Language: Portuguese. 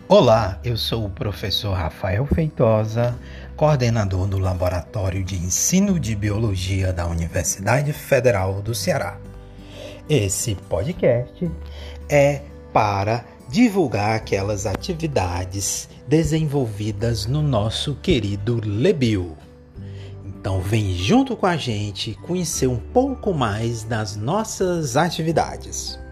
Olá, eu sou o professor Rafael Feitosa, coordenador do Laboratório de Ensino de Biologia da Universidade Federal do Ceará. Esse podcast é para divulgar aquelas atividades desenvolvidas no nosso querido LEBIL. Então vem junto com a gente conhecer um pouco mais das nossas atividades.